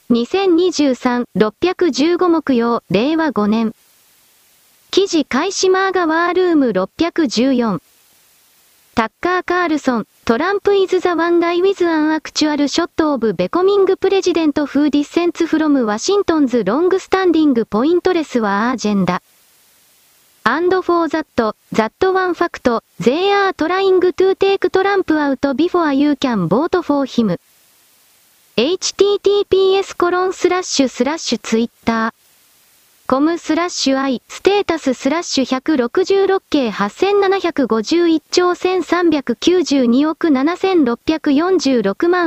2023-615木曜、令和5年。記事開始マーガワールーム614。タッカー・カールソン、トランプ is the one guy with an actual shot of becoming president who dissents from Washington's long-standing pointless war agenda. And for that one fact, they are trying to take Trump out before you can vote for him. https://twitter.com/i ステータス/166系8751兆1392億7646万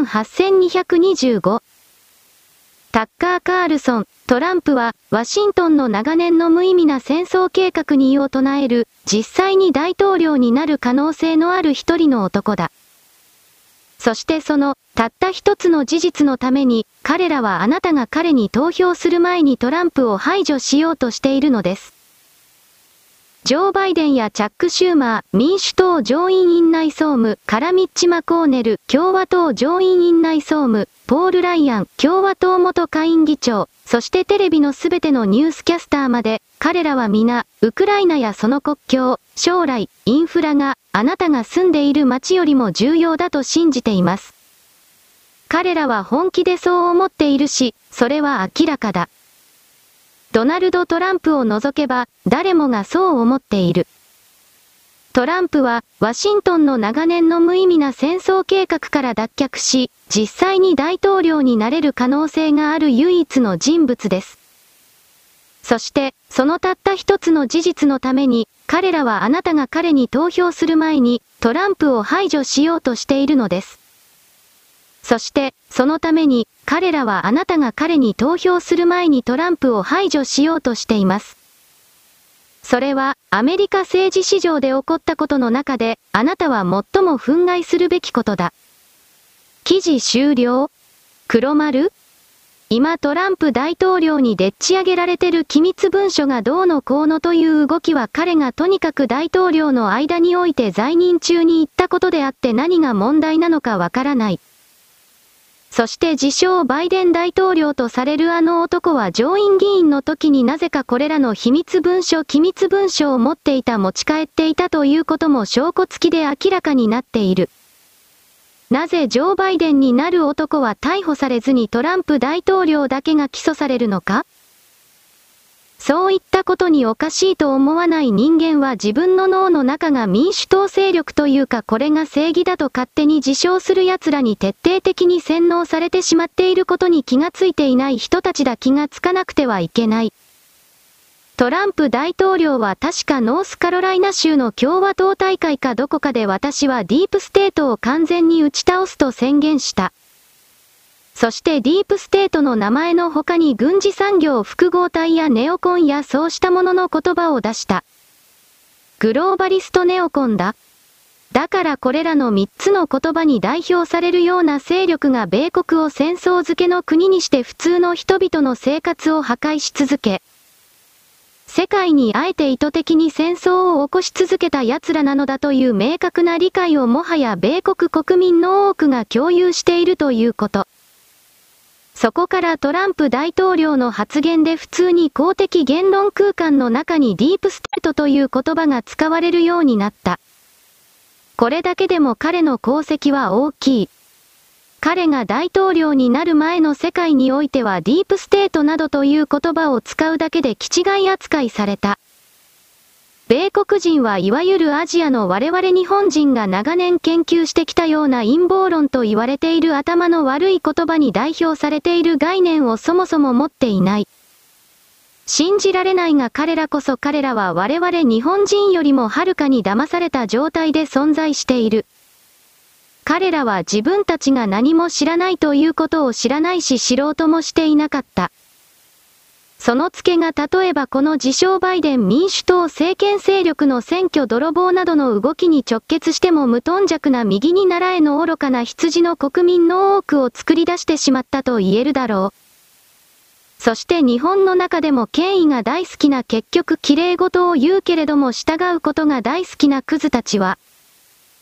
8225タッカー・カールソン、トランプは、ワシントンの長年の無意味な戦争計画に異を唱える、実際に大統領になる可能性のある一人の男だ。そしてその、たった一つの事実のために、彼らはあなたが彼に投票する前にトランプを排除しようとしているのです。ジョー・バイデンやチャック・シューマー、民主党上院院内総務からミッチ・マコーネル、共和党上院院内総務、ポール・ライアン、共和党元下院議長、そしてテレビのすべてのニュースキャスターまで、彼らは皆、ウクライナやその国境、将来、インフラが、あなたが住んでいる街よりも重要だと信じています。彼らは本気でそう思っているし、それは明らかだ。ドナルド・トランプを除けば、誰もがそう思っている。トランプは、ワシントンの長年の無意味な戦争計画から脱却し、実際に大統領になれる可能性がある唯一の人物です。そして、そのたった一つの事実のために、彼らはあなたが彼に投票する前に、トランプを排除しようとしているのです。そして、そのために、彼らはあなたが彼に投票する前にトランプを排除しようとしています。それは、アメリカ政治史上で起こったことの中で、あなたは最も憤慨するべきことだ。記事終了？黒丸？今トランプ大統領にでっち上げられてる機密文書がどうのこうのという動きは彼がとにかく大統領の間において在任中に言ったことであって何が問題なのかわからない。そして自称バイデン大統領とされるあの男は上院議員の時になぜかこれらの機密文書を持っていた持ち帰っていたということも証拠付きで明らかになっている。なぜジョー・バイデンになる男は逮捕されずにトランプ大統領だけが起訴されるのか？そういったことにおかしいと思わない人間は自分の脳の中が民主党勢力というかこれが正義だと勝手に自称する奴らに徹底的に洗脳されてしまっていることに気がついていない人たちだ。気がつかなくてはいけない。トランプ大統領は確かノースカロライナ州の共和党大会かどこかで私はディープステートを完全に打ち倒すと宣言した。そしてディープステートの名前の他に軍事産業複合体やネオコンやそうしたものの言葉を出した。グローバリストネオコンだ。だからこれらの3つの言葉に代表されるような勢力が米国を戦争漬けの国にして普通の人々の生活を破壊し続け、世界にあえて意図的に戦争を起こし続けた奴らなのだという明確な理解をもはや米国国民の多くが共有しているということ。そこからトランプ大統領の発言で普通に公的言論空間の中にディープステートという言葉が使われるようになった。これだけでも彼の功績は大きい。彼が大統領になる前の世界においてはディープステートなどという言葉を使うだけで気違い扱いされた。米国人はいわゆるアジアの我々日本人が長年研究してきたような陰謀論と言われている頭の悪い言葉に代表されている概念をそもそも持っていない。信じられないが彼らは我々日本人よりもはるかに騙された状態で存在している。彼らは自分たちが何も知らないということを知らないし知ろうともしていなかった。そのツケが例えばこの自称バイデン民主党政権勢力の選挙泥棒などの動きに直結しても無頓着な右に倣えの愚かな羊の国民の多くを作り出してしまったと言えるだろう。そして日本の中でも権威が大好きな結局綺麗事を言うけれども従うことが大好きなクズたちは、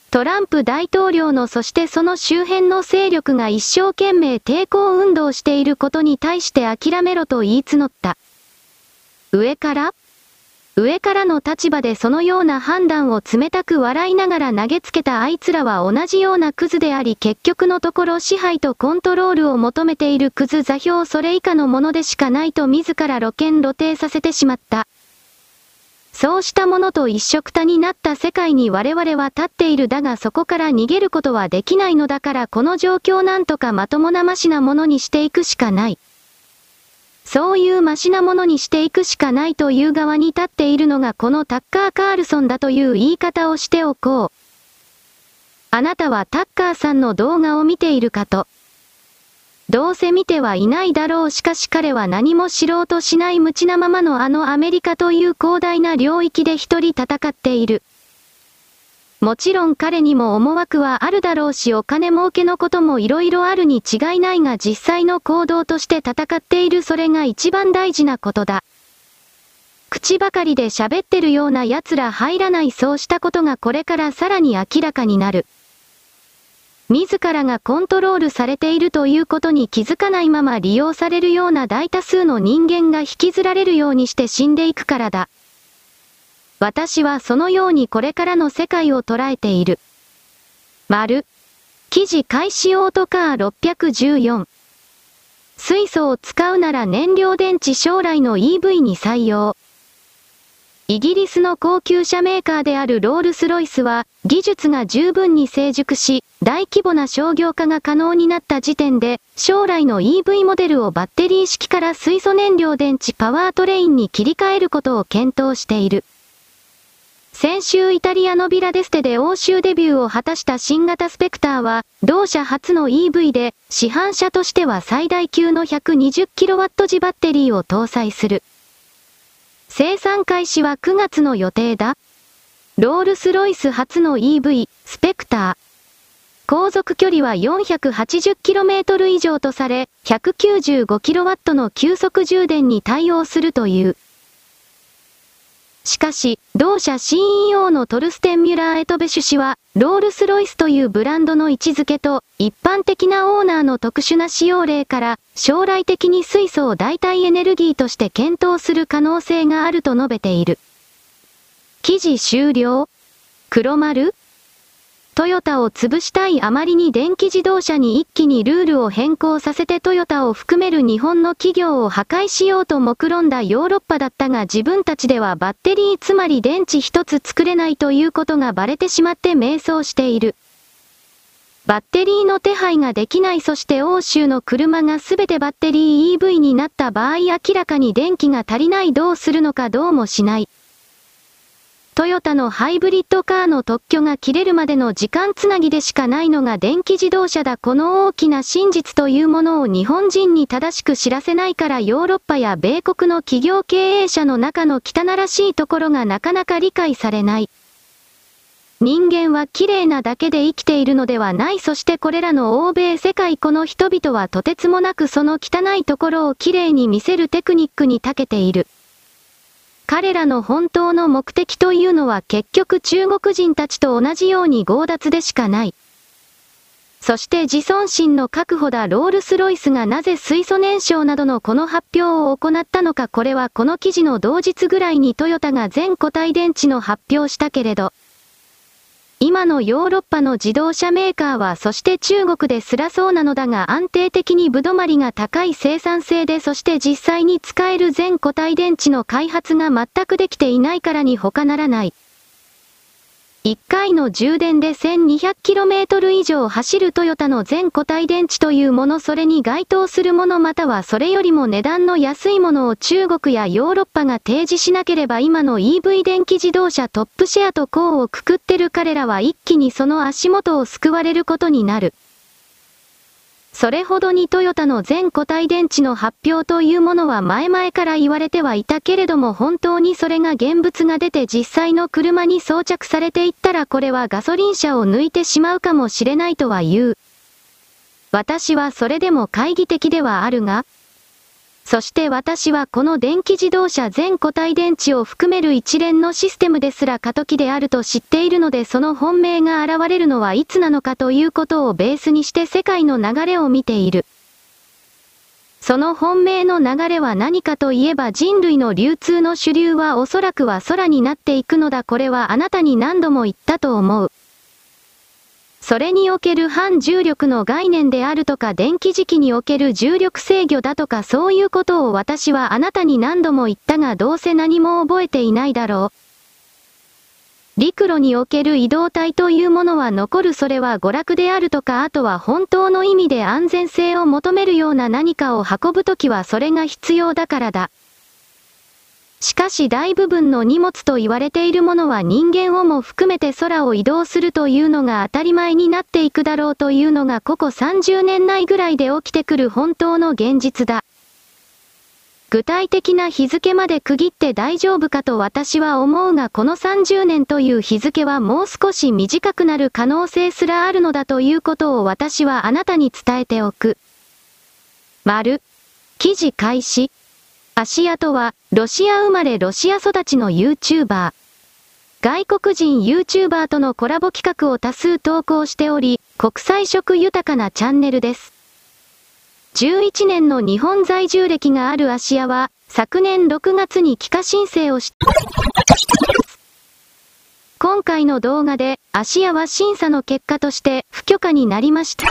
トランプ大統領のそしてその周辺の勢力が一生懸命抵抗運動していることに対して諦めろと言い募った。上からの立場でそのような判断を冷たく笑いながら投げつけたあいつらは同じようなクズであり結局のところ支配とコントロールを求めているクズ座標それ以下のものでしかないと自ら露呈させてしまった。そうしたものと一緒くたになった世界に我々は立っているだがそこから逃げることはできないのだからこの状況なんとかまともなマシなものにしていくしかない。そういうマシなものにしていくしかないという側に立っているのがこのタッカー・カールソンだという言い方をしておこう。あなたはタッカーさんの動画を見ているかと。どうせ見てはいないだろうしかし彼は何も知ろうとしない無知なままのアメリカという広大な領域で一人戦っている。もちろん彼にも思惑はあるだろうしお金儲けのことも色々あるに違いないが実際の行動として戦っているそれが一番大事なことだ。口ばかりで喋ってるような奴ら入らないそうしたことがこれからさらに明らかになる。自らがコントロールされているということに気づかないまま利用されるような大多数の人間が引きずられるようにして死んでいくからだ。私はそのようにこれからの世界を捉えている。記事開始オートカー614。水素を使うなら燃料電池将来の EV に採用。イギリスの高級車メーカーであるロールスロイスは、技術が十分に成熟し、大規模な商業化が可能になった時点で、将来の EV モデルをバッテリー式から水素燃料電池パワートレインに切り替えることを検討している。先週イタリアのビラデステで欧州デビューを果たした新型スペクターは、同社初の EV で、市販車としては最大級の 120kW 時バッテリーを搭載する。生産開始は9月の予定だ。ロールスロイス初の EV、スペクター。航続距離は 480km 以上とされ、195kW の急速充電に対応するという。しかし、同社 CEO のトルステン・ミュラー・エトベシュ氏は、ロールスロイスというブランドの位置づけと、一般的なオーナーの特殊な使用例から、将来的に水素を代替エネルギーとして検討する可能性があると述べている。記事終了。黒丸？トヨタを潰したいあまりに電気自動車に一気にルールを変更させてトヨタを含める日本の企業を破壊しようと目論んだヨーロッパだったが自分たちではバッテリーつまり電池一つ作れないということがバレてしまって迷走している。バッテリーの手配ができないそして欧州の車がすべてバッテリー EV になった場合明らかに電気が足りないどうするのかどうもしない。トヨタのハイブリッドカーの特許が切れるまでの時間つなぎでしかないのが電気自動車だ。この大きな真実というものを日本人に正しく知らせないからヨーロッパや米国の企業経営者の中の汚らしいところがなかなか理解されない。人間は綺麗なだけで生きているのではない。そしてこれらの欧米世界この人々はとてつもなくその汚いところを綺麗に見せるテクニックに長けている。彼らの本当の目的というのは結局中国人たちと同じように強奪でしかない。そして自尊心の確保だ。ロールスロイスがなぜ水素燃焼などのこの発表を行ったのか。これはこの記事の同日ぐらいにトヨタが全固体電池の発表したけれど、今のヨーロッパの自動車メーカーはそして中国ですらそうなのだが安定的にぶどまりが高い生産性でそして実際に使える全固体電池の開発が全くできていないからに他ならない。1回の充電で 1200km 以上走るトヨタの全固体電池というものそれに該当するものまたはそれよりも値段の安いものを中国やヨーロッパが提示しなければ今の EV 電気自動車トップシェアと項をくくってる彼らは一気にその足元を救われることになる。それほどにトヨタの全固体電池の発表というものは前々から言われてはいたけれども本当にそれが現物が出て実際の車に装着されていったらこれはガソリン車を抜いてしまうかもしれないとは言う。私はそれでも懐疑的ではあるが、 そして私はこの電気自動車全固体電池を含める一連のシステムですら過渡期であると知っているので、その本命が現れるのはいつなのかということをベースにして世界の流れを見ている。その本命の流れは何かといえば、人類の流通の主流はおそらくは空になっていくのだ。これはあなたに何度も言ったと思う。それにおける反重力の概念であるとか、電気磁気における重力制御だとか、そういうことを私はあなたに何度も言ったが、どうせ何も覚えていないだろう。陸路における移動体というものは残る。それは娯楽であるとか、あとは本当の意味で安全性を求めるような何かを運ぶときはそれが必要だからだ。しかし大部分の荷物と言われているものは人間をも含めて空を移動するというのが当たり前になっていくだろうというのがここ30年内ぐらいで起きてくる本当の現実だ。具体的な日付まで区切って大丈夫かと私は思うが、この30年という日付はもう少し短くなる可能性すらあるのだということを私はあなたに伝えておく。記事開始。アシアとは、ロシア生まれロシア育ちの YouTuber。外国人 YouTuber とのコラボ企画を多数投稿しており、国際色豊かなチャンネルです。11年の日本在住歴があるアシアは、昨年6月に帰化申請をした。今回の動画で、アシアは審査の結果として不許可になりました。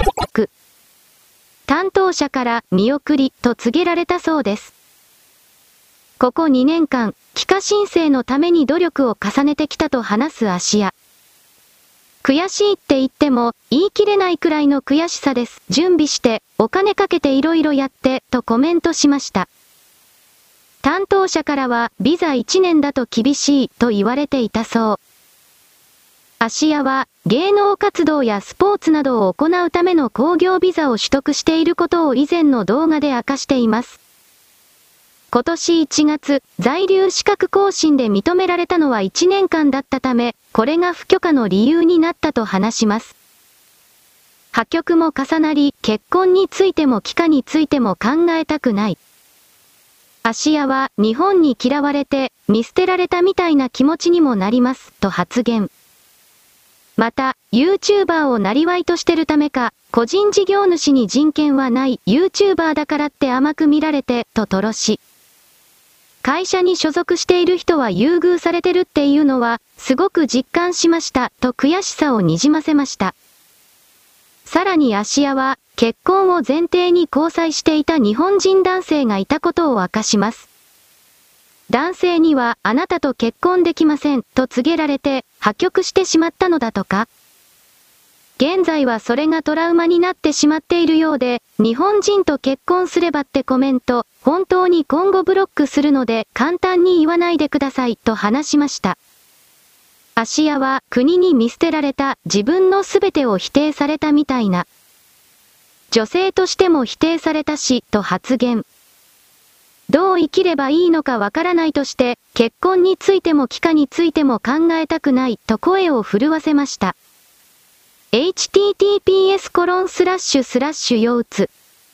担当者から見送りと告げられたそうです。ここ2年間、帰化申請のために努力を重ねてきたと話すアシア。悔しいって言っても、言い切れないくらいの悔しさです。準備して、お金かけていろいろやって、とコメントしました。担当者からは、ビザ1年だと厳しい、と言われていたそう。アシアは、芸能活動やスポーツなどを行うための興行ビザを取得していることを以前の動画で明かしています。今年1月、在留資格更新で認められたのは1年間だったため、これが不許可の理由になったと話します。破局も重なり、結婚についても帰化についても考えたくない。アシアは日本に嫌われて、見捨てられたみたいな気持ちにもなります、と発言。また、YouTuber を生業としてるためか、個人事業主に人権はない、YouTuber だからって甘く見られて、と吐露し。会社に所属している人は優遇されてるっていうのは、すごく実感しました、と悔しさをにじませました。さらにアシアは、結婚を前提に交際していた日本人男性がいたことを明かします。男性には、あなたと結婚できません、と告げられて、破局してしまったのだとか。現在はそれがトラウマになってしまっているようで、日本人と結婚すればってコメント、本当に今後ブロックするので簡単に言わないでくださいと話しました。アシアは国に見捨てられた自分のすべてを否定されたみたいな。女性としても否定されたし、と発言。どう生きればいいのかわからないとして、結婚についても帰化についても考えたくないと声を震わせました。https:// 腰痛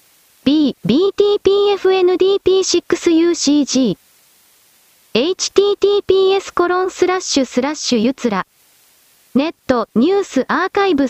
btpfndp6ucg https:// ゆつらネットニュースアーカイブ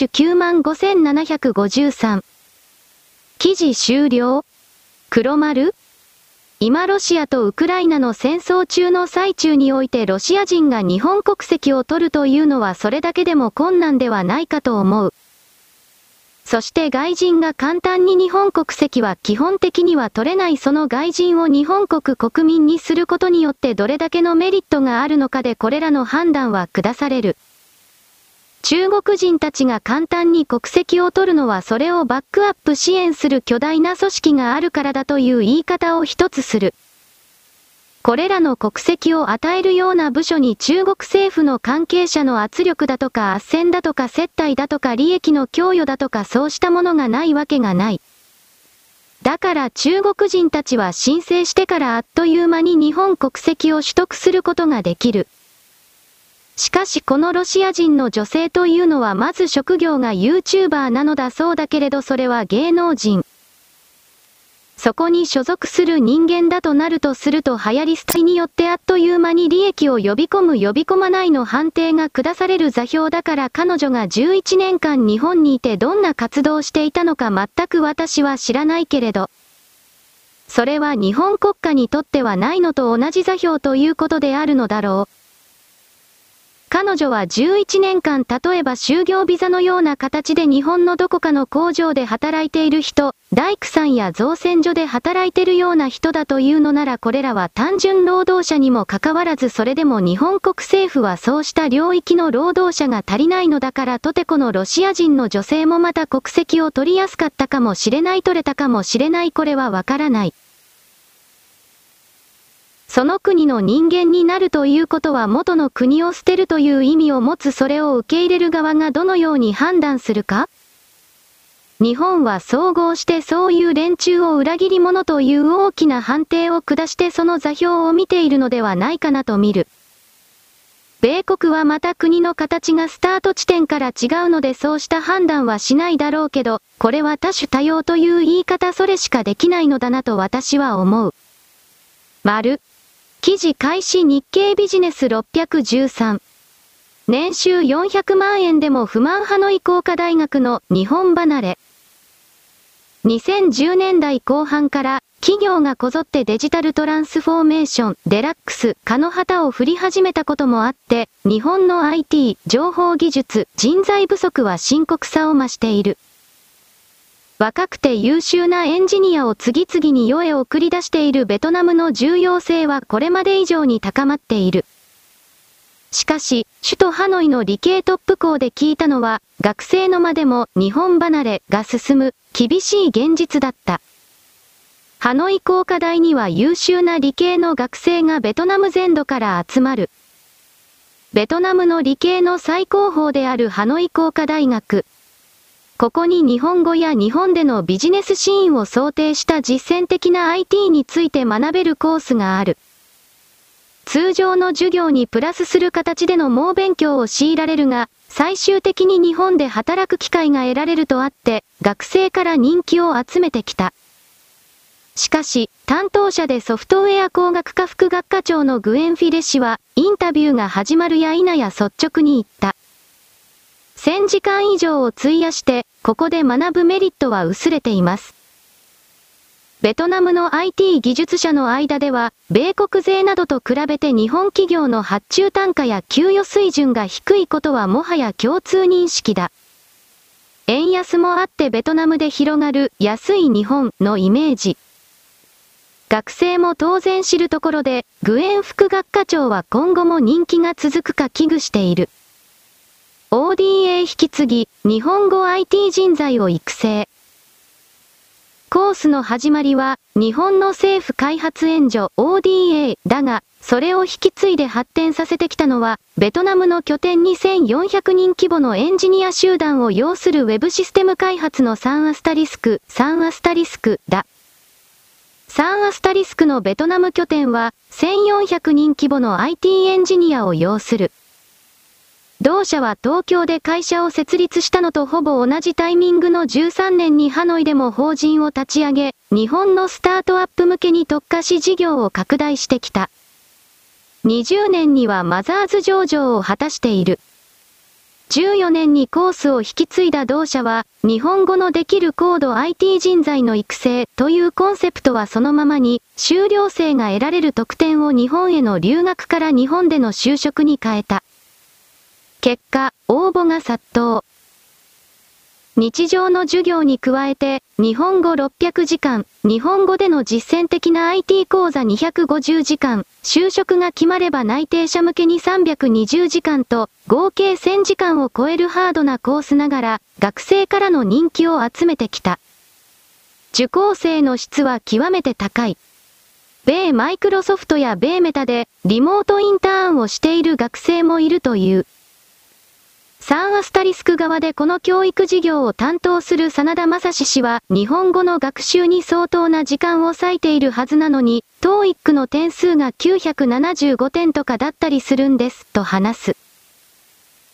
/95753記事終了黒丸今ロシアとウクライナの戦争中の最中においてロシア人が日本国籍を取るというのはそれだけでも困難ではないかと思う。そして外人が簡単に日本国籍は基本的には取れない。その外人を日本国国民にすることによってどれだけのメリットがあるのかでこれらの判断は下される。中国人たちが簡単に国籍を取るのはそれをバックアップ支援する巨大な組織があるからだという言い方を一つする。これらの国籍を与えるような部署に中国政府の関係者の圧力だとか斡旋だとか接待だとか利益の供与だとかそうしたものがないわけがない。だから中国人たちは申請してからあっという間に日本国籍を取得することができる。しかしこのロシア人の女性というのはまず職業が YouTuber なのだそうだけれどそれは芸能人。 そこに所属する人間だとなるとすると流行り廃りによってあっという間に利益を呼び込む呼び込まないの判定が下される座標だから彼女が11年間日本にいてどんな活動をしていたのか全く私は知らないけれど。それは日本国家にとってはないのと同じ座標ということであるのだろう。彼女は11年間例えば就業ビザのような形で日本のどこかの工場で働いている人、大工さんや造船所で働いているような人だというのならこれらは単純労働者にもかかわらずそれでも日本国政府はそうした領域の労働者が足りないのだからとてこのロシア人の女性もまた国籍を取りやすかったかもしれない取れたかもしれないこれはわからない。その国の人間になるということは元の国を捨てるという意味を持つそれを受け入れる側がどのように判断するか？日本は総合してそういう連中を裏切り者という大きな判定を下してその座標を見ているのではないかなと見る。米国はまた国の形がスタート地点から違うのでそうした判断はしないだろうけど、これは多種多様という言い方それしかできないのだなと私は思う。記事開始日経ビジネス613。年収400万円でも不満派の工科大学の日本離れ。2010年代後半から企業がこぞってデジタルトランスフォーメーション、デラックス化の旗を振り始めたこともあって、日本の IT、情報技術、人材不足は深刻さを増している。若くて優秀なエンジニアを次々に世へ送り出しているベトナムの重要性はこれまで以上に高まっている。しかし、首都ハノイの理系トップ校で聞いたのは、学生の間でも日本離れが進む厳しい現実だった。ハノイ工科大には優秀な理系の学生がベトナム全土から集まる。ベトナムの理系の最高峰であるハノイ工科大学。ここに日本語や日本でのビジネスシーンを想定した実践的な IT について学べるコースがある。通常の授業にプラスする形での猛勉強を強いられるが、最終的に日本で働く機会が得られるとあって、学生から人気を集めてきた。しかし、担当者でソフトウェア工学科副学科長のグエン・フィレ氏は、インタビューが始まるや否や率直に言った。1000時間以上を費やして、ここで学ぶメリットは薄れています。ベトナムの IT 技術者の間では、米国税などと比べて日本企業の発注単価や給与水準が低いことはもはや共通認識だ。円安もあってベトナムで広がる安い日本のイメージ。学生も当然知るところで、グエン副学科長は今後も人気が続くか危惧している。ODA 引き継ぎ、日本語 IT 人材を育成。コースの始まりは、日本の政府開発援助 ODA だが、それを引き継いで発展させてきたのは、ベトナムの拠点2400人規模のエンジニア集団を要するウェブシステム開発の3アスタリスクだ。3アスタリスクのベトナム拠点は、1400人規模の IT エンジニアを要する。同社は東京で会社を設立したのとほぼ同じタイミングの13年にハノイでも法人を立ち上げ、日本のスタートアップ向けに特化し事業を拡大してきた。20年にはマザーズ上場を果たしている。14年にコースを引き継いだ同社は、日本語のできる高度 IT 人材の育成というコンセプトはそのままに、修了生が得られる特典を日本への留学から日本での就職に変えた。結果、応募が殺到。日常の授業に加えて、日本語600時間、日本語での実践的な IT 講座250時間、就職が決まれば内定者向けに320時間と、合計1000時間を超えるハードなコースながら、学生からの人気を集めてきた。受講生の質は極めて高い。米マイクロソフトや米メタで、リモートインターンをしている学生もいるという。3アスタリスク側でこの教育事業を担当する真田正史氏は日本語の学習に相当な時間を割いているはずなのに、TOEIC の点数が975点とかだったりするんです、と話す。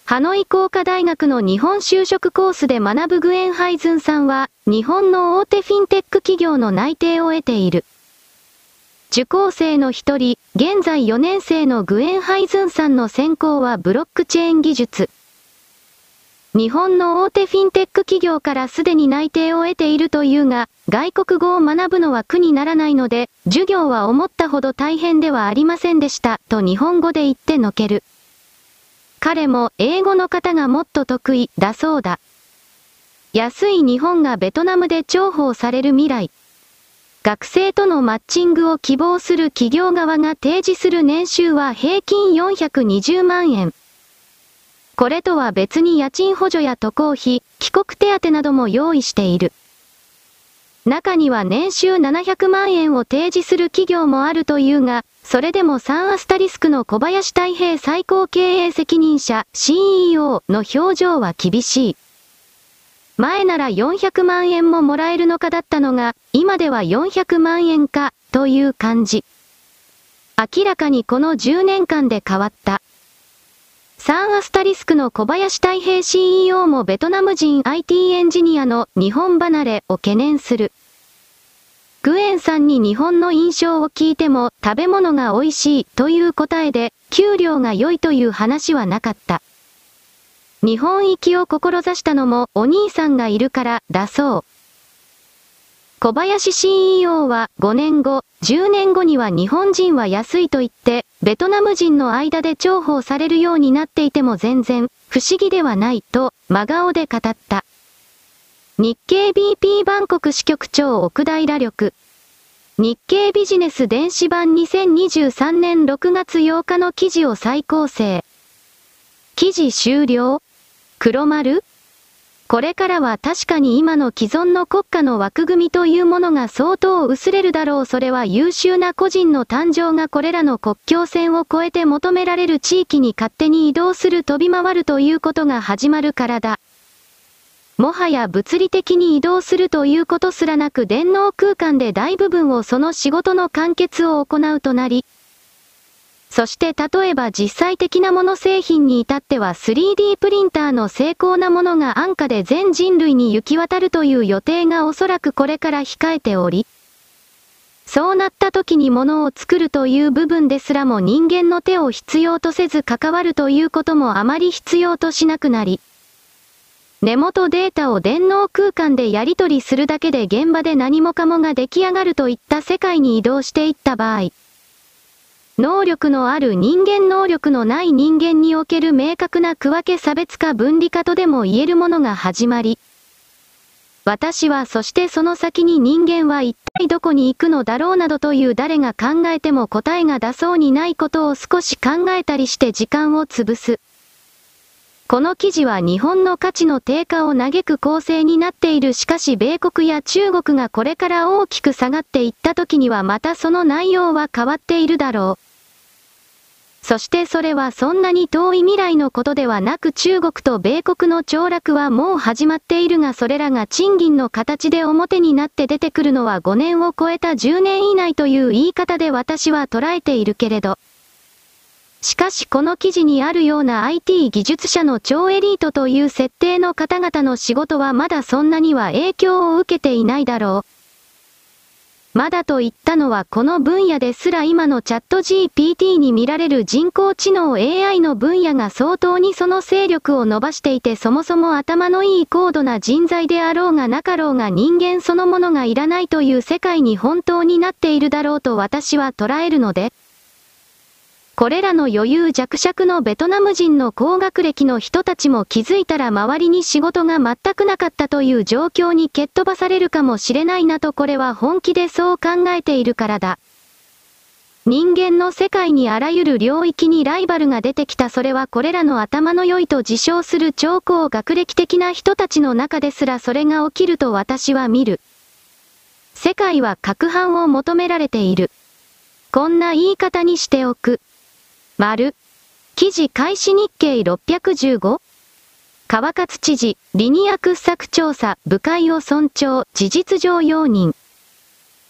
ハノイ工科大学の日本就職コースで学ぶグエンハイズンさんは、日本の大手フィンテック企業の内定を得ている。受講生の一人、現在4年生のグエンハイズンさんの専攻はブロックチェーン技術。日本の大手フィンテック企業からすでに内定を得ているというが、外国語を学ぶのは苦にならないので、授業は思ったほど大変ではありませんでした、と日本語で言ってのける。彼も英語の方がもっと得意だそうだ。安い日本がベトナムで重宝される未来。学生とのマッチングを希望する企業側が提示する年収は平均420万円。これとは別に家賃補助や渡航費、帰国手当なども用意している。中には年収700万円を提示する企業もあるというが、それでもサンアスタリスクの小林太平最高経営責任者 CEO の表情は厳しい。前なら400万円ももらえるのかだったのが、今では400万円か、という感じ。明らかにこの10年間で変わった。サンアスタリスクの小林太平 CEO もベトナム人 IT エンジニアの日本離れを懸念する。グエンさんに日本の印象を聞いても食べ物が美味しいという答えで給料が良いという話はなかった。日本行きを志したのもお兄さんがいるからだそう。小林 CEO は5年後、10年後には日本人は安いと言って、ベトナム人の間で重宝されるようになっていても全然不思議ではないと真顔で語った。日経 BP バンコク支局長奥平緑。日経ビジネス電子版2023年6月8日の記事を再構成。記事終了？黒丸？これからは確かに今の既存の国家の枠組みというものが相当薄れるだろう。それは優秀な個人の誕生がこれらの国境線を越えて求められる地域に勝手に移動する飛び回るということが始まるからだ。もはや物理的に移動するということすらなく電脳空間で大部分をその仕事の完結を行うとなり、そして例えば実際的なもの製品に至っては 3D プリンターの精巧なものが安価で全人類に行き渡るという予定がおそらくこれから控えており、そうなった時に物を作るという部分ですらも人間の手を必要とせず関わるということもあまり必要としなくなり、根元データを電脳空間でやり取りするだけで現場で何もかもが出来上がるといった世界に移動していった場合、能力のある人間能力のない人間における明確な区分け差別化分離化とでも言えるものが始まり、私はそしてその先に人間は一体どこに行くのだろうなどという誰が考えても答えが出そうにないことを少し考えたりして時間を潰す。この記事は日本の価値の低下を嘆く構成になっている。しかし米国や中国がこれから大きく下がっていった時にはまたその内容は変わっているだろう。そしてそれはそんなに遠い未来のことではなく中国と米国の凋落はもう始まっているがそれらが賃金の形で表になって出てくるのは5年を超えた10年以内という言い方で私は捉えているけれど。しかしこの記事にあるような IT 技術者の超エリートという設定の方々の仕事はまだそんなには影響を受けていないだろう。まだと言ったのはこの分野ですら今のチャット GPT に見られる人工知能 AI の分野が相当にその勢力を伸ばしていてそもそも頭のいい高度な人材であろうがなかろうが人間そのものがいらないという世界に本当になっているだろうと私は捉えるので、これらの余裕弱尺のベトナム人の高学歴の人たちも気づいたら周りに仕事が全くなかったという状況に蹴っ飛ばされるかもしれないなとこれは本気でそう考えているからだ。人間の世界にあらゆる領域にライバルが出てきたそれはこれらの頭の良いと自称する超高学歴的な人たちの中ですらそれが起きると私は見る。世界は攪拌を求められている。こんな言い方にしておく。記事開始日経 615？ 川勝知事、リニア掘削調査、部会を尊重、事実上容認。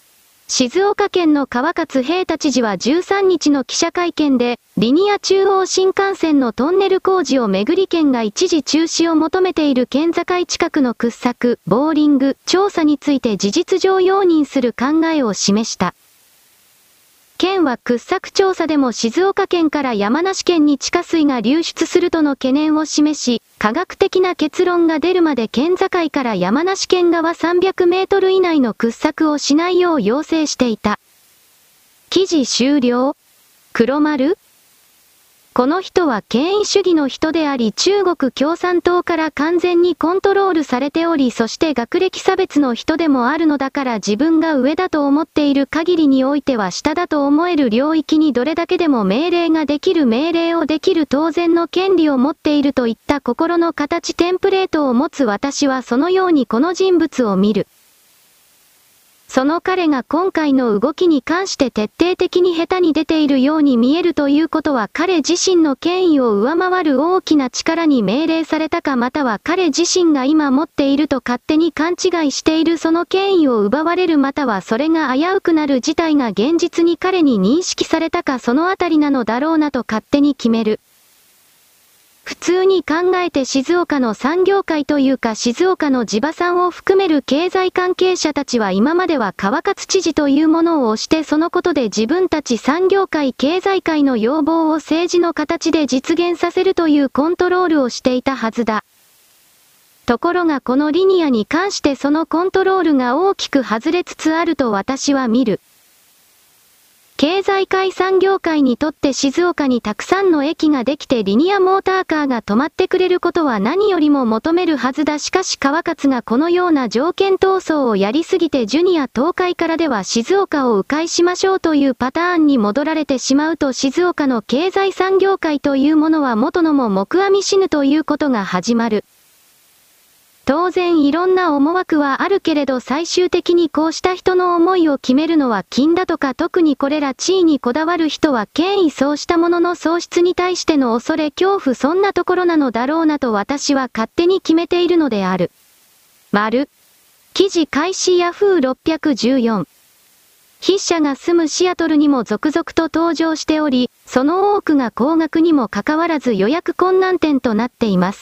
静岡県の川勝平太知事は13日の記者会見で、リニア中央新幹線のトンネル工事をめぐり県が一時中止を求めている県境近くの掘削、ボーリング、調査について事実上容認する考えを示した。県は掘削調査でも静岡県から山梨県に地下水が流出するとの懸念を示し、科学的な結論が出るまで県境から山梨県側300メートル以内の掘削をしないよう要請していた。記事終了。黒丸？この人は権威主義の人であり中国共産党から完全にコントロールされておりそして学歴差別の人でもあるのだから自分が上だと思っている限りにおいては下だと思える領域にどれだけでも命令ができる命令をできる当然の権利を持っているといった心の形テンプレートを持つ私はそのようにこの人物を見る。その彼が今回の動きに関して徹底的に下手に出ているように見えるということは彼自身の権威を上回る大きな力に命令されたかまたは彼自身が今持っていると勝手に勘違いしているその権威を奪われるまたはそれが危うくなる事態が現実に彼に認識されたかそのあたりなのだろうなと勝手に決める。普通に考えて静岡の産業界というか静岡の地場産を含める経済関係者たちは今までは川勝知事というものを推してそのことで自分たち産業界経済界の要望を政治の形で実現させるというコントロールをしていたはずだ。ところがこのリニアに関してそのコントロールが大きく外れつつあると私は見る。経済界産業界にとって静岡にたくさんの駅ができてリニアモーターカーが止まってくれることは何よりも求めるはずだしかし川勝がこのような条件闘争をやりすぎてジュニア東海からでは静岡を迂回しましょうというパターンに戻られてしまうと静岡の経済産業界というものは元のも木阿弥死ぬということが始まる。当然いろんな思惑はあるけれど最終的にこうした人の思いを決めるのは金だとか特にこれら地位にこだわる人は権威そうしたものの喪失に対しての恐れ恐怖そんなところなのだろうなと私は勝手に決めているのである。記事開始ヤフー614。筆者が住むシアトルにも続々と登場しており、その多くが高額にもかかわらず予約困難点となっています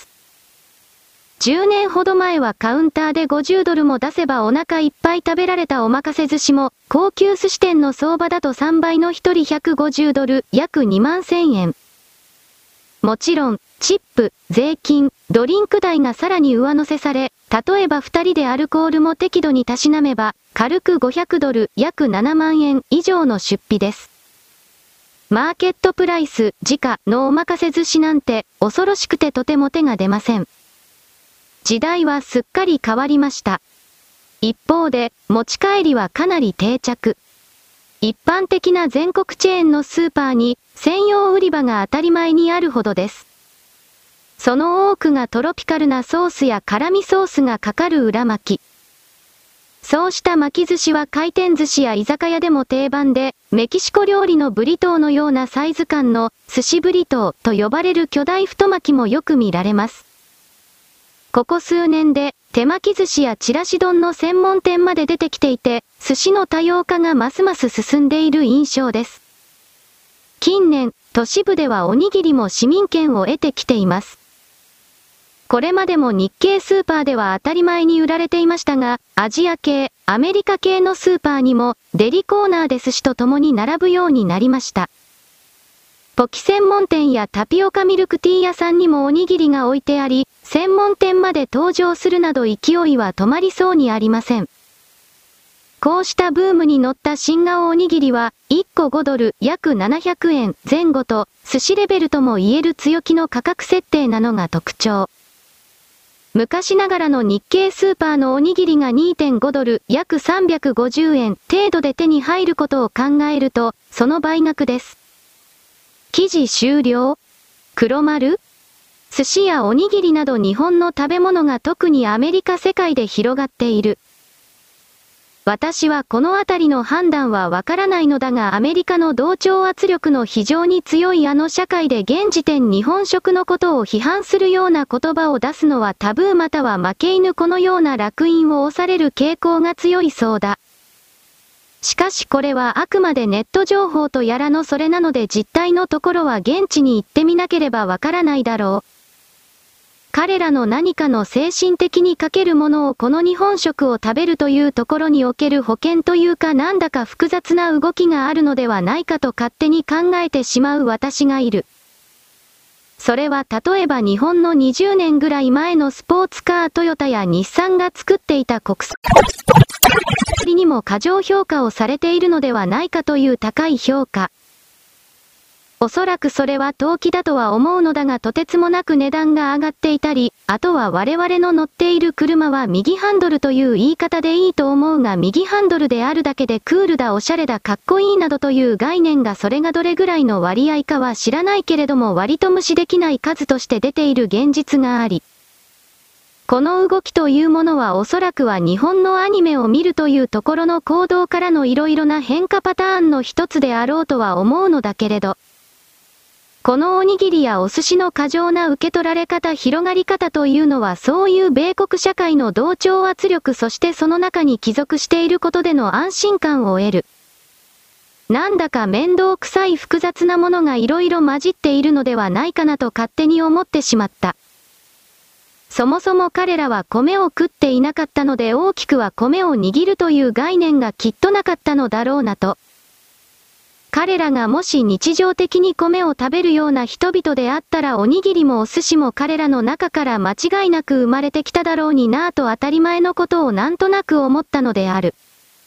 。10年ほど前はカウンターで$50も出せばお腹いっぱい食べられたおまかせ寿司も、高級寿司店の相場だと3倍の1人$150、約21,000円。もちろん、チップ、税金、ドリンク代がさらに上乗せされ、例えば2人でアルコールも適度にたしなめば、軽く$500、約7万円以上の出費です。マーケットプライス、時価のおまかせ寿司なんて、恐ろしくてとても手が出ません。時代はすっかり変わりました。一方で、持ち帰りはかなり定着。一般的な全国チェーンのスーパーに、専用売り場が当たり前にあるほどです。その多くがトロピカルなソースや辛味ソースがかかる裏巻き。そうした巻き寿司は回転寿司や居酒屋でも定番で、メキシコ料理のブリトーのようなサイズ感の寿司ブリトーと呼ばれる巨大太巻きもよく見られます。ここ数年で手巻き寿司やちらし丼の専門店まで出てきていて、寿司の多様化がますます進んでいる印象です。近年、都市部ではおにぎりも市民権を得てきています。これまでも日系スーパーでは当たり前に売られていましたが、アジア系、アメリカ系のスーパーにもデリコーナーで寿司と共に並ぶようになりました。ポキ専門店やタピオカミルクティー屋さんにもおにぎりが置いてあり、専門店まで登場するなど勢いは止まりそうにありません。こうしたブームに乗った新顔おにぎりは、1個$5、約700円前後と、寿司レベルとも言える強気の価格設定なのが特徴。昔ながらの日系スーパーのおにぎりが$2.5、約350円程度で手に入ることを考えると、その倍額です。記事終了。黒丸？寿司やおにぎりなど日本の食べ物が特にアメリカ世界で広がっている。私はこのあたりの判断はわからないのだがアメリカの同調圧力の非常に強いあの社会で現時点日本食のことを批判するような言葉を出すのはタブーまたは負け犬このような烙印を押される傾向が強いそうだ。 しかしこれはあくまでネット情報とやらのそれなので実態のところは現地に行ってみなければわからないだろう。彼らの何かの精神的に欠けるものをこの日本食を食べるというところにおける保険というかなんだか複雑な動きがあるのではないかと勝手に考えてしまう私がいる。それは例えば日本の20年ぐらい前のスポーツカートヨタや日産が作っていた国産にも過剰評価をされているのではないかという高い評価。おそらくそれは投機だとは思うのだがとてつもなく値段が上がっていたり、あとは我々の乗っている車は右ハンドルという言い方でいいと思うが右ハンドルであるだけでクールだおしゃれだかっこいいなどという概念がそれがどれぐらいの割合かは知らないけれども割と無視できない数として出ている現実があり、この動きというものはおそらくは日本のアニメを見るというところの行動からのいろいろな変化パターンの一つであろうとは思うのだけれど、このおにぎりやお寿司の過剰な受け取られ方広がり方というのはそういう米国社会の同調圧力そしてその中に帰属していることでの安心感を得る。なんだか面倒くさい複雑なものがいろいろ混じっているのではないかなと勝手に思ってしまった。そもそも彼らは米を食っていなかったので大きくは米を握るという概念がきっとなかったのだろうなと。彼らがもし日常的に米を食べるような人々であったらおにぎりもお寿司も彼らの中から間違いなく生まれてきただろうになぁと当たり前のことをなんとなく思ったのである。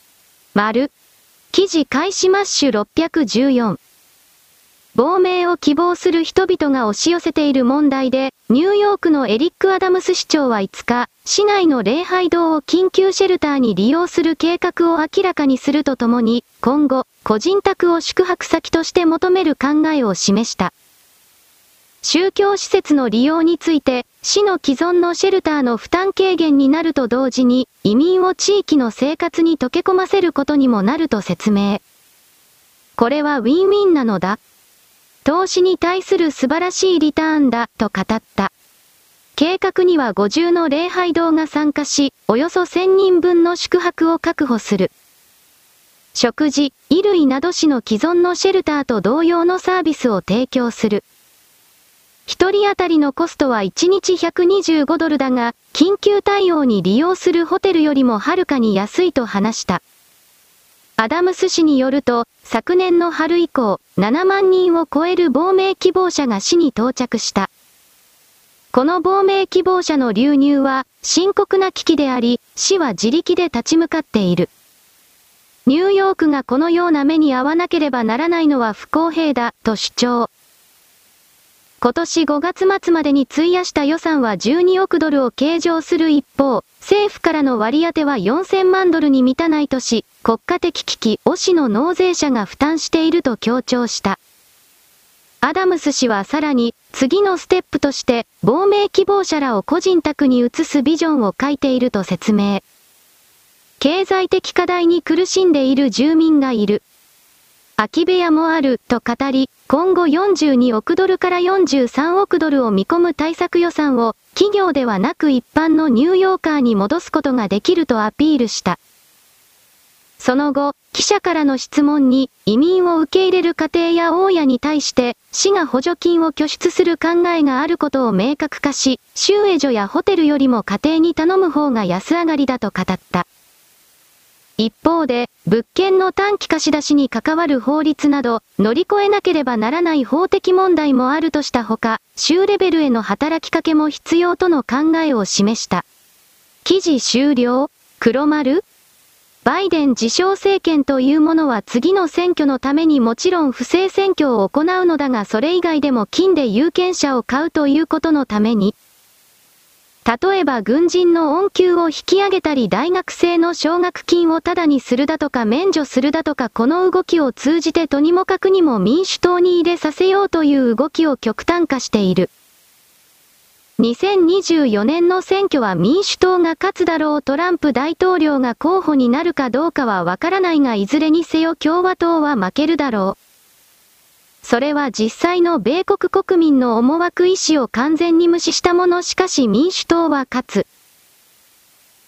記事開始マッシュ614。亡命を希望する人々が押し寄せている問題で、ニューヨークのエリック・アダムス市長は5日、市内の礼拝堂を緊急シェルターに利用する計画を明らかにするとともに、今後、個人宅を宿泊先として求める考えを示した。宗教施設の利用について、市の既存のシェルターの負担軽減になると同時に、移民を地域の生活に溶け込ませることにもなると説明。これはウィンウィンなのだ。投資に対する素晴らしいリターンだ、と語った。計画には50の礼拝堂が参加し、およそ1000人分の宿泊を確保する。食事、衣類など市の既存のシェルターと同様のサービスを提供する。一人当たりのコストは1日125ドルだが、緊急対応に利用するホテルよりもはるかに安いと話した。アダムス氏によると、昨年の春以降、7万人を超える亡命希望者が市に到着した。この亡命希望者の流入は、深刻な危機であり、市は自力で立ち向かっている。ニューヨークがこのような目に遭わなければならないのは不公平だ、と主張。今年5月末までに費やした予算は12億ドルを計上する一方、政府からの割り当ては4000万ドルに満たないとし、国家的危機を市の納税者が負担していると強調した。アダムス氏はさらに、次のステップとして、亡命希望者らを個人宅に移すビジョンを書いていると説明。経済的課題に苦しんでいる住民がいる。空き部屋もある、と語り、今後42億ドルから43億ドルを見込む対策予算を、企業ではなく一般のニューヨーカーに戻すことができるとアピールした。その後、記者からの質問に、移民を受け入れる家庭や大家に対して、市が補助金を拠出する考えがあることを明確化し、収益所やホテルよりも家庭に頼む方が安上がりだと語った。一方で、物件の短期貸し出しに関わる法律など、乗り越えなければならない法的問題もあるとしたほか、州レベルへの働きかけも必要との考えを示した。記事終了？黒丸？バイデン自称政権というものは次の選挙のためにもちろん不正選挙を行うのだがそれ以外でも金で有権者を買うということのために、例えば軍人の恩給を引き上げたり大学生の奨学金をタダにするだとか免除するだとかこの動きを通じてとにもかくにも民主党に入れさせようという動きを極端化している。2024年の選挙は民主党が勝つだろう。トランプ大統領が候補になるかどうかはわからないがいずれにせよ共和党は負けるだろう。それは実際の米国国民の思惑意思を完全に無視したもの。しかし民主党は勝つ。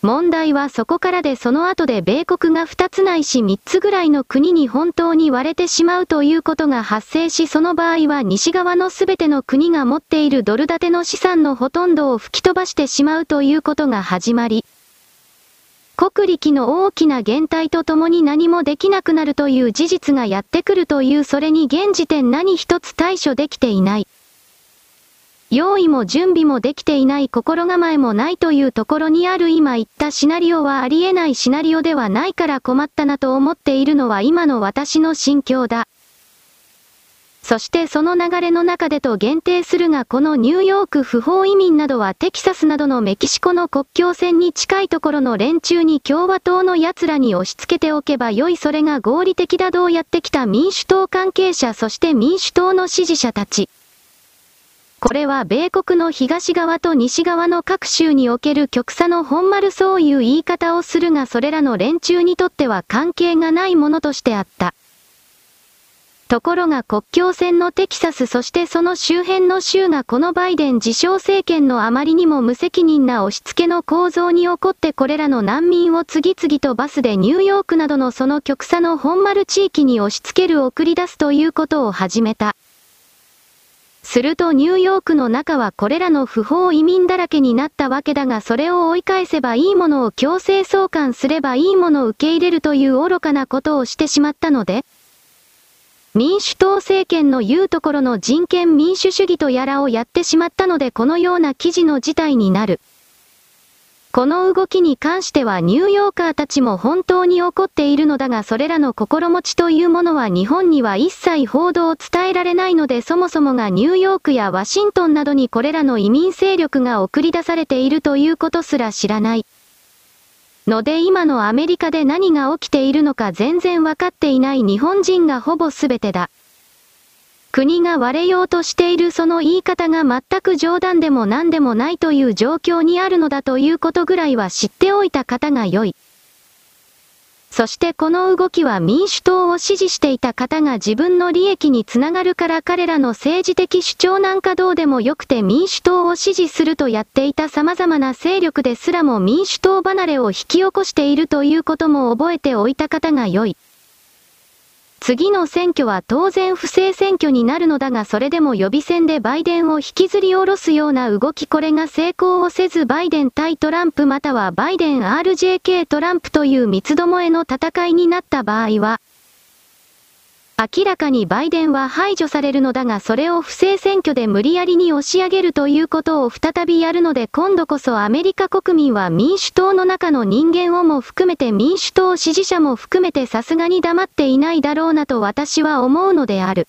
問題はそこからでその後で米国が2つないし3つぐらいの国に本当に割れてしまうということが発生しその場合は西側のすべての国が持っているドル建ての資産のほとんどを吹き飛ばしてしまうということが始まり、国力の大きな減退とともに何もできなくなるという事実がやってくるというそれに現時点何一つ対処できていない。用意も準備もできていない心構えもないというところにある今言ったシナリオはありえないシナリオではないから困ったなと思っているのは今の私の心境だ。そしてその流れの中でと限定するがこのニューヨーク不法移民などはテキサスなどのメキシコの国境線に近いところの連中に共和党の奴らに押し付けておけばよいそれが合理的だどうやってきた民主党関係者そして民主党の支持者たち。これは米国の東側と西側の各州における極左の本丸そういう言い方をするがそれらの連中にとっては関係がないものとしてあった。ところが国境線のテキサスそしてその周辺の州がこのバイデン自称政権のあまりにも無責任な押し付けの構造に起こってこれらの難民を次々とバスでニューヨークなどのその極左の本丸地域に押し付ける送り出すということを始めた。するとニューヨークの中はこれらの不法移民だらけになったわけだがそれを追い返せばいいものを強制送還すればいいものを受け入れるという愚かなことをしてしまったので、民主党政権の言うところの人権民主主義とやらをやってしまったのでこのような記事の事態になる。この動きに関してはニューヨーカーたちも本当に怒っているのだがそれらの心持ちというものは日本には一切報道を伝えられないのでそもそもがニューヨークやワシントンなどにこれらの移民勢力が送り出されているということすら知らない。ので今のアメリカで何が起きているのか全然わかっていない日本人がほぼ全てだ。国が割れようとしているその言い方が全く冗談でも何でもないという状況にあるのだということぐらいは知っておいた方が良い。そしてこの動きは民主党を支持していた方が自分の利益につながるから彼らの政治的主張なんかどうでもよくて民主党を支持するとやっていた様々な勢力ですらも民主党離れを引き起こしているということも覚えておいた方が良い。次の選挙は当然不正選挙になるのだがそれでも予備選でバイデンを引きずり下ろすような動きこれが成功をせずバイデン対トランプまたはバイデン RJK トランプという三つどもえの戦いになった場合は、明らかにバイデンは排除されるのだがそれを不正選挙で無理やりに押し上げるということを再びやるので今度こそアメリカ国民は民主党の中の人間をも含めて民主党支持者も含めてさすがに黙っていないだろうなと私は思うのである。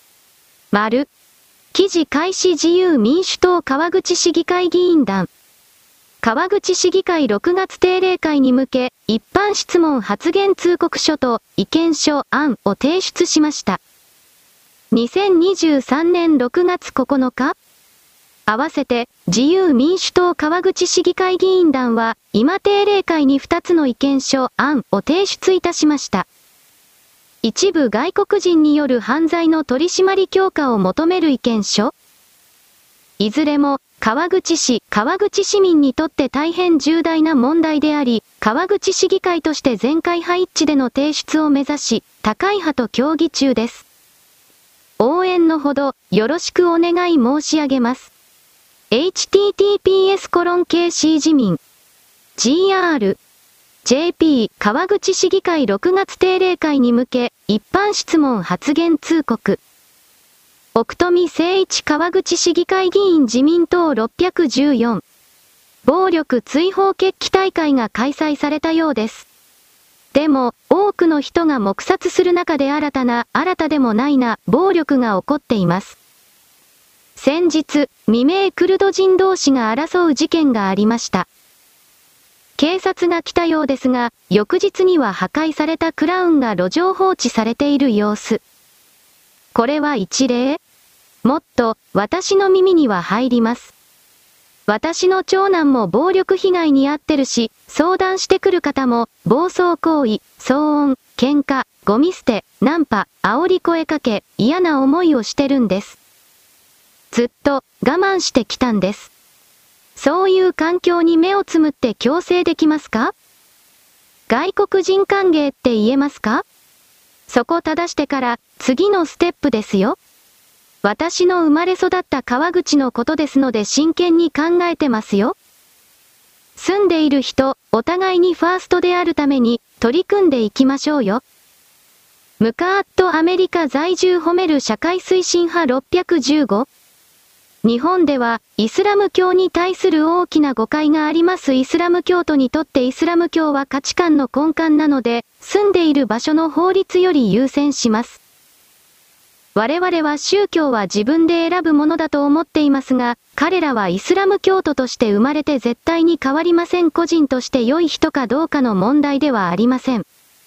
記事開始自由民主党川口市議会議員団。川口市議会6月定例会に向け、一般質問発言通告書と意見書案を提出しました。2023年6月9日合わせて、自由民主党川口市議会議員団は、今定例会に2つの意見書案を提出いたしました。一部外国人による犯罪の取り締まり強化を求める意見書。いずれも、川口市民にとって大変重大な問題であり、川口市議会として全会派一致での提出を目指し、高い派と協議中です。応援のほど、よろしくお願い申し上げます。https://KC 自民 GR/JP 川口市議会6月定例会に向け、一般質問発言通告。奥富誠一川口市議会議員自民党614。暴力追放決起大会が開催されたようです。でも、多くの人が黙殺する中で新たでもないな、暴力が起こっています。先日、未明クルド人同士が争う事件がありました。警察が来たようですが、翌日には破壊されたクラウンが路上放置されている様子。これは一例？もっと、私の耳には入ります。私の長男も暴力被害に遭ってるし、相談してくる方も、暴走行為、騒音、喧嘩、ゴミ捨て、ナンパ、煽り声かけ、嫌な思いをしてるんです。ずっと、我慢してきたんです。 そういう環境に目をつむって強制できますか？外国人歓迎って言えますか？そこ正してから次のステップですよ。私の生まれ育った川口のことですので真剣に考えてますよ。住んでいる人、お互いにファーストであるために取り組んでいきましょうよ。ムカーッとアメリカ在住褒める社会推進派615。日本ではイスラム教に対する大きな誤解があります。イスラム教徒にとってイスラム教は価値観の根幹なので、住んでいる場所の法律より優先します。我々は宗教は自分で選ぶものだと思っていますが、彼らはイスラム教徒として生まれて絶対に変わりません。個人として良い人かどうかの問題ではありません。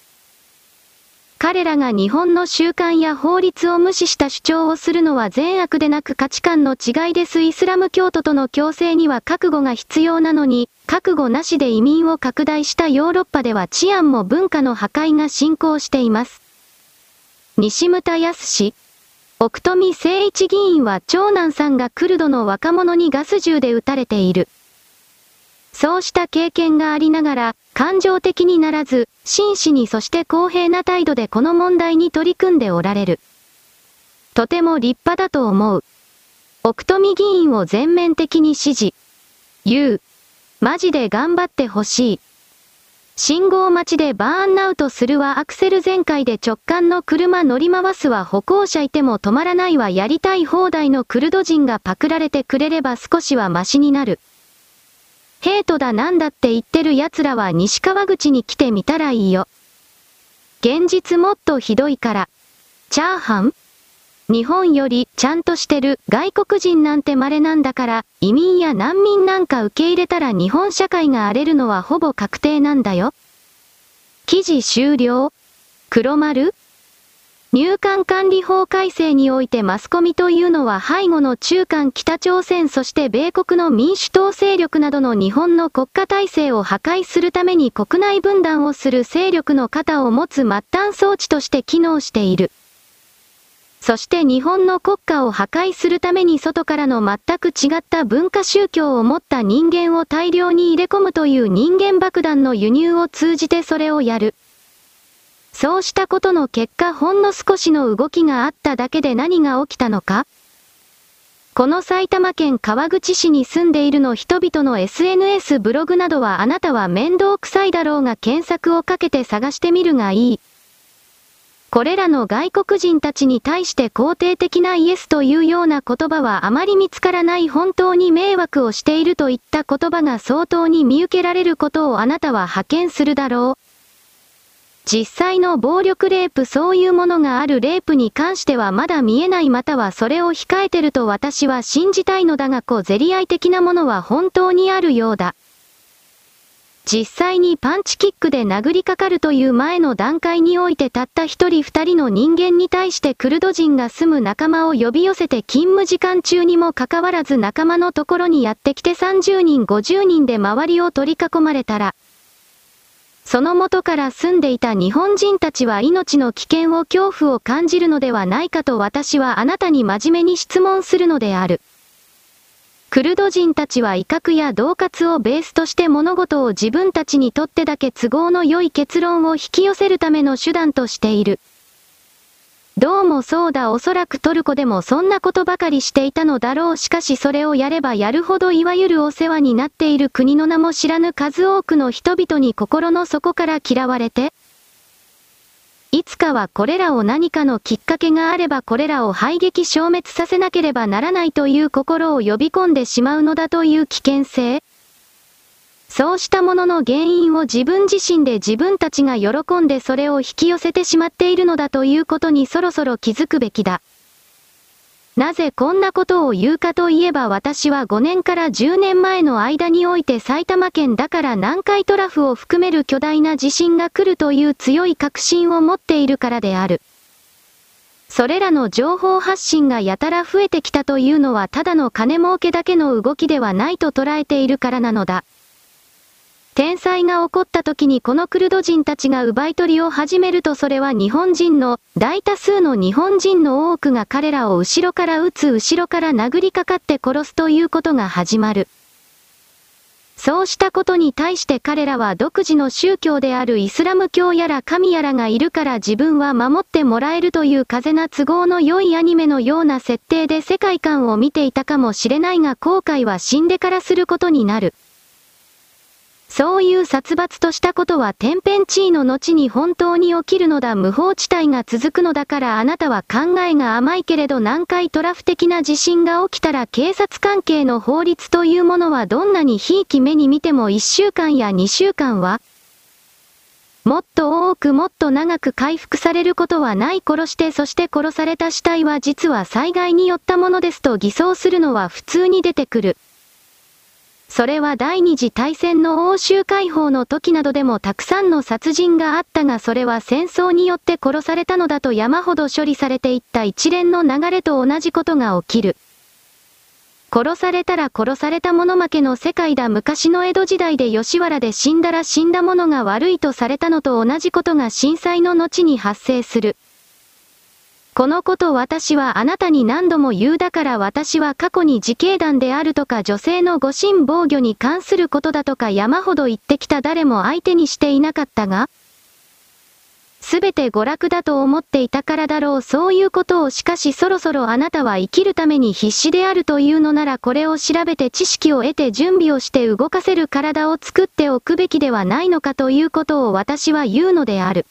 彼らが日本の習慣や法律を無視した主張をするのは善悪でなく価値観の違いです。イスラム教徒との共生には覚悟が必要なのに、覚悟なしで移民を拡大したヨーロッパでは治安も文化の破壊が進行しています。西牟田康奥富誠一議員は長男さんがクルドの若者にガス銃で撃たれている。そうした経験がありながら、感情的にならず、真摯にそして公平な態度でこの問題に取り組んでおられる。とても立派だと思う。奥富議員を全面的に支持。マジで頑張ってほしい。信号待ちでバーンアウトするわ。アクセル全開で直感の車乗り回すわ。歩行者いても止まらないわ。やりたい放題のクルド人がパクられてくれれば少しはマシになる。ヘイトだなんだって言ってる奴らは西川口に来てみたらいいよ。現実もっとひどいから。チャーハン？日本よりちゃんとしてる外国人なんて稀なんだから、移民や難民なんか受け入れたら日本社会が荒れるのはほぼ確定なんだよ。記事終了。黒丸？入管管理法改正においてマスコミというのは背後の中韓北朝鮮そして米国の民主党勢力などの日本の国家体制を破壊するために国内分断をする勢力の肩を持つ末端装置として機能している。そして日本の国家を破壊するために外からの全く違った文化宗教を持った人間を大量に入れ込むという人間爆弾の輸入を通じてそれをやる。そうしたことの結果ほんの少しの動きがあっただけで何が起きたのか？この埼玉県川口市に住んでいるの人々の SNS ブログなどはあなたは面倒くさいだろうが検索をかけて探してみるがいい。これらの外国人たちに対して肯定的なイエスというような言葉はあまり見つからない。本当に迷惑をしているといった言葉が相当に見受けられることをあなたは発見するだろう。実際の暴力レイプそういうものがあるレイプに関してはまだ見えないまたはそれを控えてると私は信じたいのだが小競り合い的なものは本当にあるようだ。実際にパンチキックで殴りかかるという前の段階においてたった一人二人の人間に対してクルド人が住む仲間を呼び寄せて勤務時間中にもかかわらず仲間のところにやってきて30人50人で周りを取り囲まれたら、その元から住んでいた日本人たちは命の危険を恐怖を感じるのではないかと私はあなたに真面目に質問するのである。クルド人たちは威嚇や恫喝をベースとして物事を自分たちにとってだけ都合の良い結論を引き寄せるための手段としている。どうもそうだ、おそらくトルコでもそんなことばかりしていたのだろう。しかしそれをやればやるほどいわゆるお世話になっている国の名も知らぬ数多くの人々に心の底から嫌われて、いつかはこれらを何かのきっかけがあればこれらを排撃消滅させなければならないという心を呼び込んでしまうのだという危険性。そうしたものの原因を自分自身で自分たちが喜んでそれを引き寄せてしまっているのだということにそろそろ気づくべきだ。なぜこんなことを言うかといえば私は5年から10年前の間において埼玉県だから南海トラフを含める巨大な地震が来るという強い確信を持っているからである。それらの情報発信がやたら増えてきたというのはただの金儲けだけの動きではないと捉えているからなのだ。天災が起こった時にこのクルド人たちが奪い取りを始めるとそれは日本人の大多数の日本人の多くが彼らを後ろから撃つ後ろから殴りかかって殺すということが始まる。 そうしたことに対して彼らは独自の宗教であるイスラム教やら神やらがいるから自分は守ってもらえるという風な都合の良いアニメのような設定で世界観を見ていたかもしれないが後悔は死んでからすることになる。そういう殺伐としたことは天変地異の後に本当に起きるのだ。無法地帯が続くのだからあなたは考えが甘いけれど南海トラフ的な地震が起きたら警察関係の法律というものはどんなにひいき目に見ても1週間や2週間はもっと多くもっと長く回復されることはない。殺してそして殺された死体は実は災害によったものですと偽装するのは普通に出てくる。それは第二次大戦の欧州解放の時などでもたくさんの殺人があったがそれは戦争によって殺されたのだと山ほど処理されていった一連の流れと同じことが起きる。殺されたら殺された者負けの世界だ。昔の江戸時代で吉原で死んだら死んだ者が悪いとされたのと同じことが震災の後に発生する。このこと私はあなたに何度も言う。だから私は過去に自警団であるとか女性の護身防御に関することだとか山ほど言ってきた。誰も相手にしていなかったがすべて娯楽だと思っていたからだろう。そういうことをしかしそろそろあなたは生きるために必死であるというのならこれを調べて知識を得て準備をして動かせる体を作っておくべきではないのかということを私は言うのである。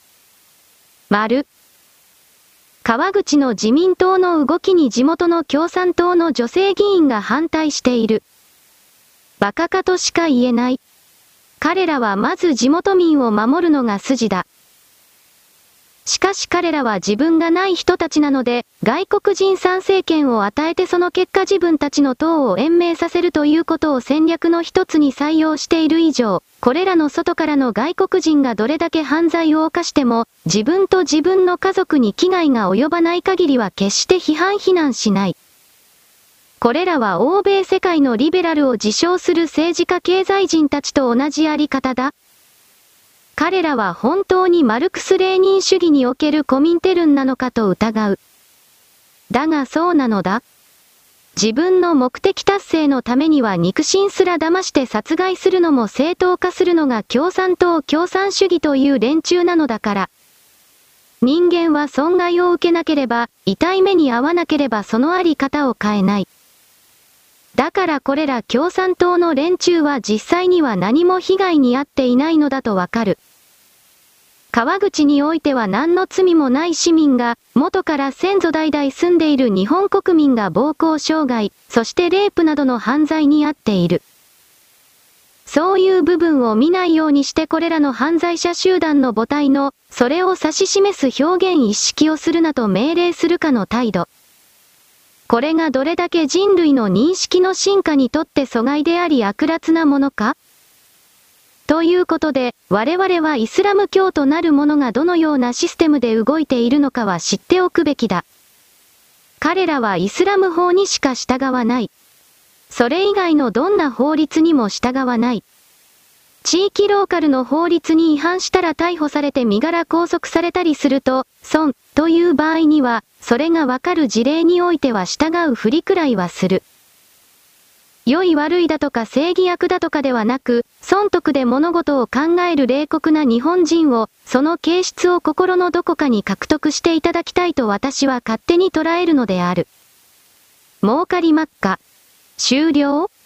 川口の自民党の動きに地元の共産党の女性議員が反対している。バカかとしか言えない。彼らはまず地元民を守るのが筋だ。しかし彼らは自分がない人たちなので、外国人参政権を与えてその結果自分たちの党を延命させるということを戦略の一つに採用している以上、これらの外からの外国人がどれだけ犯罪を犯しても、自分と自分の家族に危害が及ばない限りは決して非難しない。これらは欧米世界のリベラルを自称する政治家経済人たちと同じあり方だ。彼らは本当にマルクス・レーニン主義におけるコミンテルンなのかと疑う。だがそうなのだ。自分の目的達成のためには肉親すら騙して殺害するのも正当化するのが共産党共産主義という連中なのだから。人間は損害を受けなければ、痛い目に遭わなければそのあり方を変えない。だからこれら共産党の連中は実際には何も被害に遭っていないのだとわかる。川口においては何の罪もない市民が、元から先祖代々住んでいる日本国民が暴行傷害、そしてレイプなどの犯罪に遭っている。そういう部分を見ないようにしてこれらの犯罪者集団の母体の、それを指し示す表現一式をするなと命令するかの態度。これがどれだけ人類の認識の進化にとって阻害であり悪辣なものか？ということで、我々はイスラム教となるものがどのようなシステムで動いているのかは知っておくべきだ。彼らはイスラム法にしか従わない。それ以外のどんな法律にも従わない。地域ローカルの法律に違反したら逮捕されて身柄拘束されたりすると、損という場合には、それがわかる事例においては従うふりくらいはする。良い悪いだとか正義悪だとかではなく、損得で物事を考える冷酷な日本人を、その形質を心のどこかに獲得していただきたいと私は勝手に捉えるのである。儲かりまっか。終了？